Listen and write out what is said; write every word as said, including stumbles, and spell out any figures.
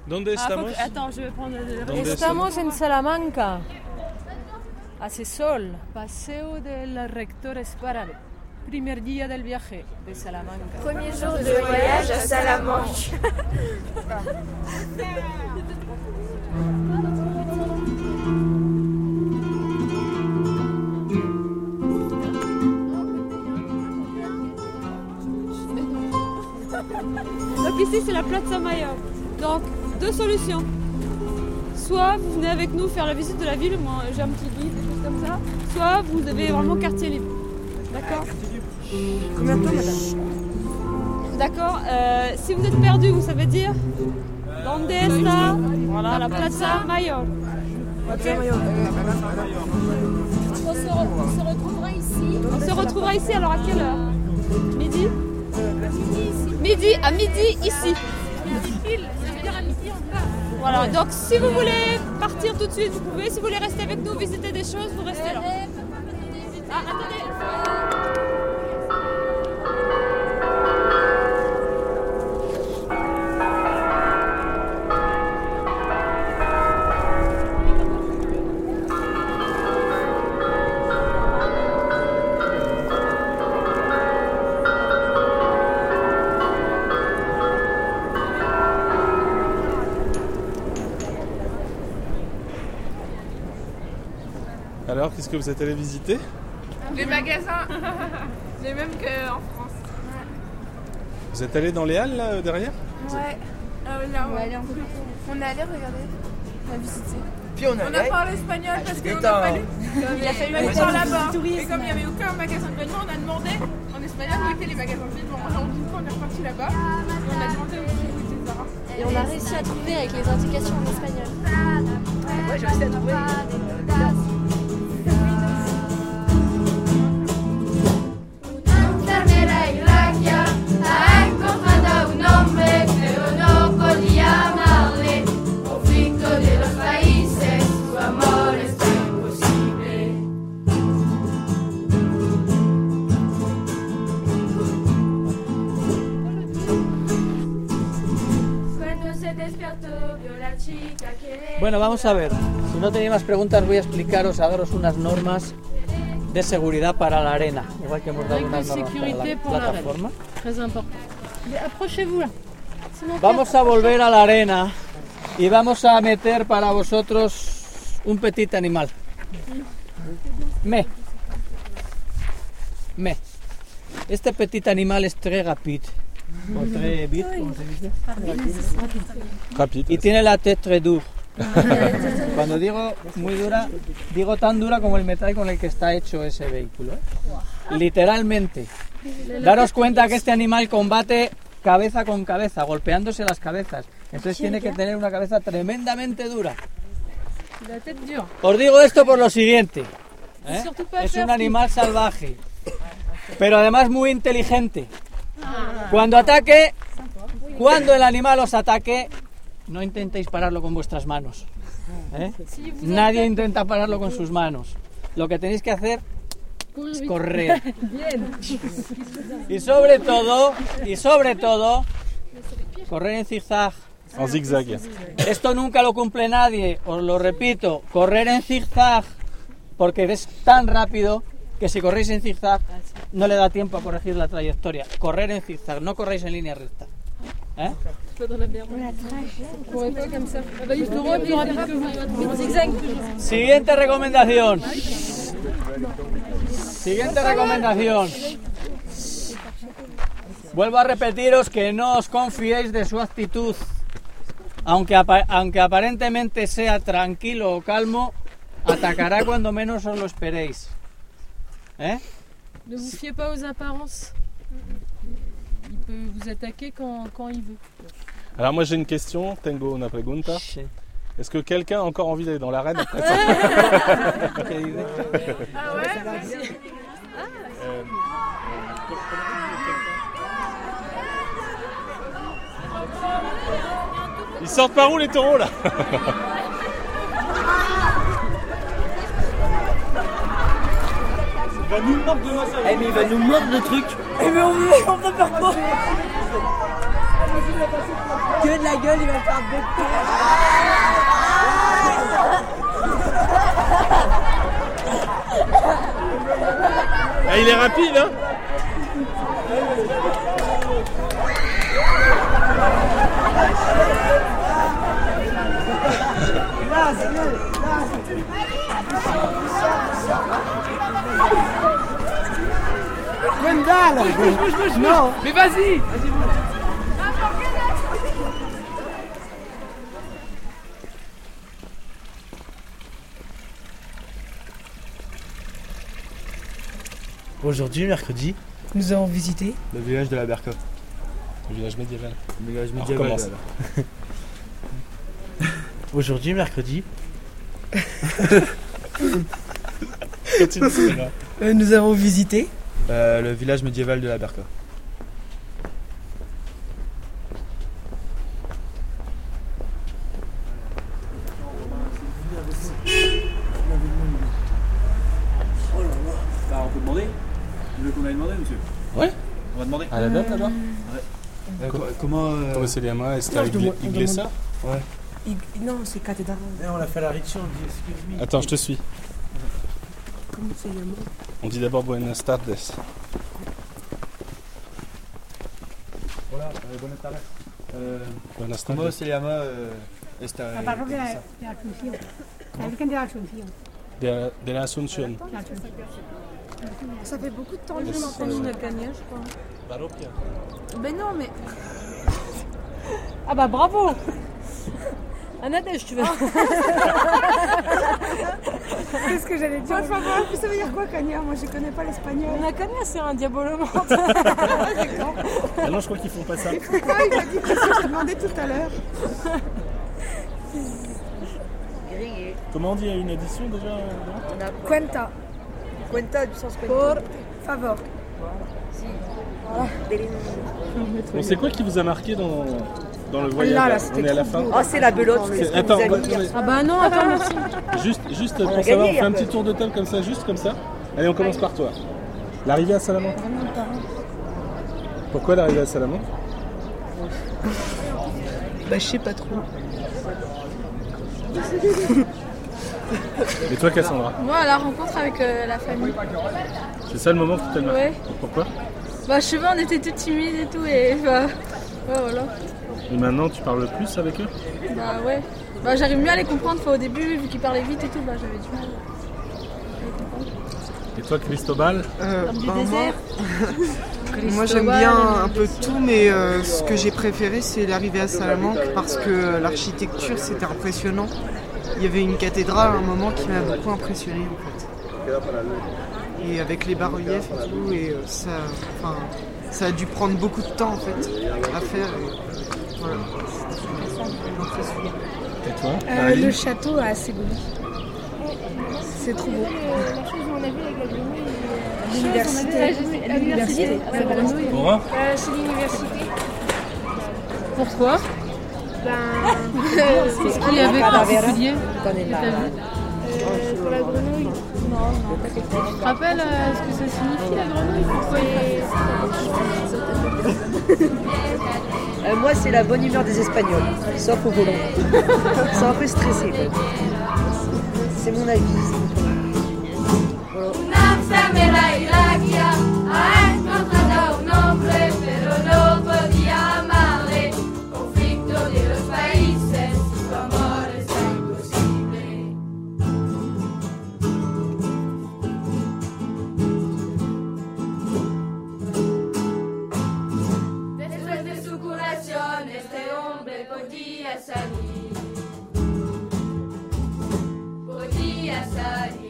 ¿Dónde estamos? Ah, attends, je vais prendre le... Estamos en Salamanca. Hace sol. Paseo del Rector Espárrabe. Primer día del viaje de Salamanca. Premier jour de voyage à Salamanque. Donc ici c'est la Plaza Mayor. Donc deux solutions. Soit vous venez avec nous faire la visite de la ville, moi j'ai un petit guide, des choses comme ça. Soit vous avez vraiment quartier libre. D'accord ? Combien de temps, madame ? D'accord. Euh, si vous êtes perdu, vous savez dire Donde está voilà, la Plaza Mayor. Plaza Mayor. On se, re- on se retrouvera ici. On se retrouvera ici alors à quelle heure ? Midi ? Midi ici. Midi, à midi ici. Midi pile. Ça veut dire à midi on part. Voilà, donc si vous voulez partir tout de suite, vous pouvez. Si vous voulez rester avec nous, visiter des choses, vous restez là. Ah, attendez. Alors, qu'est-ce que vous êtes allé visiter ? Les magasins, les mêmes qu'en France. Vous êtes allé dans les halles, là, derrière ? Ouais. Ah oui, là, On va ouais. aller en plus. On est allé regarder, on a visité. Puis on On a allait. parlé espagnol parce qu'on Putain. a fallu. Il a fallu On le est temps là-bas. du tourisme. Et comme il n'y avait aucun magasin de vêtements, on a demandé en espagnol où étaient les magasins de vêtements. Alors du coup, on est reparti là-bas et on a demandé où était Zara. Et on a réussi à trouver avec les indications en espagnol. Ouais, j'ai réussi à trouver. Bueno, vamos a ver. Si no tenéis más preguntas, voy a explicaros, a daros unas normas de seguridad para la arena. Igual que hemos dado unas normas para la plataforma. Très important. Approchez-vous là. Vamos a volver a la arena y vamos a meter para vosotros un petit animal. Me. Me. Este petit animal es très rapide. O très vite, ¿cómo se dice? Rapide. Y tiene la tête très dure. Cuando digo muy dura, digo tan dura como el metal con el que está hecho ese vehículo, ¿eh? Literalmente. Daros cuenta que este animal combate cabeza con cabeza, golpeándose las cabezas. Entonces tiene que tener una cabeza tremendamente dura. La tête dure. Os digo esto por lo siguiente, ¿eh? Es un animal salvaje, pero además muy inteligente. Cuando ataque, cuando el animal os ataque, no intentéis pararlo con vuestras manos, ¿eh? Nadie intenta pararlo con sus manos. Lo que tenéis que hacer es correr. Y sobre todo, y sobre todo, correr en zigzag. En zigzag. Esto nunca lo cumple nadie, os lo repito, correr en zigzag, porque es tan rápido que si corréis en zigzag no le da tiempo a corregir la trayectoria. Correr en zigzag, no corréis en línea recta. ¿Eh? Siguiente recomendación. Siguiente recomendación. Vuelvo a repetiros que no os confiéis de su actitud. Aunque, apa- aunque aparentemente sea tranquilo o calmo, atacará cuando menos os lo esperéis. ¿Eh? Ne vous fiez pas aux apparences. Il peut vous attaquer quand, quand il veut. Alors moi j'ai une question, tengo una pregunta. Sí. Est-ce que quelqu'un a encore envie d'aller dans l'arène après ça? ¿Qué dice? Ah ouais, vas-y. Euh, Ils sortent par où les taureaux là? Il va nous mordre de massage. Eh mais il va nous mordre le truc. Eh mais on, on peut faire quoi? que de la gueule, il va faire deux Ah, il est rapide, hein? Gwendal! Bouge, bouge, bouge, Non. Mais vas-y! Aujourd'hui, mercredi, Nous avons visité le village de la Berka. Le village médiéval. Le village Alors, médiéval. commence. voilà. Aujourd'hui, mercredi, Continue, c'est pas grave. euh, Nous avons visité euh, le village médiéval de la Berka. Bah, on peut demander. Vous voulez qu'on aille demander, monsieur? Ouais. On va demander. À la date alors? Euh, co- comment euh, Comment c'est les mains? Est-ce Non, que je demande- on Iglesias? Ouais. Ig- Non, c'est cathédrale. On a fait la rituel, on dit excuse me. Attends, je te suis. Comment c'est le mot? On dit d'abord Buenas tardes. Voilà, euh, bonne tarde. Euh, Buenas ¿Cómo tardes. se llama euh, esta? La parroquia esa? de la Asunción. La Virgen de la Asunción. De la, de la Asunción. La Asunción. Ça fait beaucoup de temps que je C'est- m'entends. On a gagné, je crois. Parroquia. Mais non, mais Ah bah bravo. Un adèche, tu veux. Qu'est-ce que j'allais dire? Por favor, ça veut dire quoi, Cagna? Moi, je connais pas l'espagnol. On a gagné, c'est un diabolement. Ah non, je crois qu'ils font pas ça. Ah, il m'a dit que je t'ai demandé tout à l'heure. Comment on dit une addition déjà? non Cuenta. Cuenta du sens Por favor. Bon, c'est quoi qui vous a marqué dans, dans le voyage? Là, là, On c'était est à la trop fin. beau. Oh, c'est la belote. C'est- qu'est-ce que Attends, vous allez on va- dire? Ah bah non, attends, merci. Juste, juste On pour a savoir, gagné, on fait un après. petit tour de table comme ça, juste comme ça. Allez, on commence par toi. L'arrivée à Salamanque. Pourquoi l'arrivée à Salamanque? Bah, je sais pas trop. Et toi, Cassandra? moi, la rencontre avec euh, la famille. C'est ça le moment qui t'a marqué? Ouais. Pourquoi? Bah, je sais pas, on était tous timides et tout, et bah, ouais, voilà. Et maintenant, tu parles plus avec eux? Bah, ouais. Bah, j'arrive mieux à les comprendre. Enfin, au début, vu qu'ils parlaient vite et tout, bah, j'avais du mal à les comprendre. Et toi, Cristobal? Euh, Comme du ben, moi, désert. moi j'aime Cristobal, bien les un peu tout, mais euh, ce que j'ai préféré c'est l'arrivée à Salamanque parce que l'architecture c'était impressionnant. Il y avait une cathédrale à un moment qui m'a beaucoup impressionné en fait. Et avec les bas-reliefs et tout, et euh, ça, enfin, ça a dû prendre beaucoup de temps en fait à faire. Et, voilà. Et toi? Euh, Marilyn le château à Ségovie. C'est trop beau. La chose qu'on a vue avec la grenouille. L'université. L'université. La grenouille. Laura? C'est l'université. Pourquoi? Ben, Qu'est-ce qu'il y avait de particulier? pour la grenouille. Tu te rappelles euh, ce que ça signifie la grenouille? Pourquoi Euh, moi, c'est la bonne humeur des Espagnols, sauf au volant. Ils sont un peu stressés. quoi. C'est mon avis. Después de su curación, este hombre podía salir. Podía salir.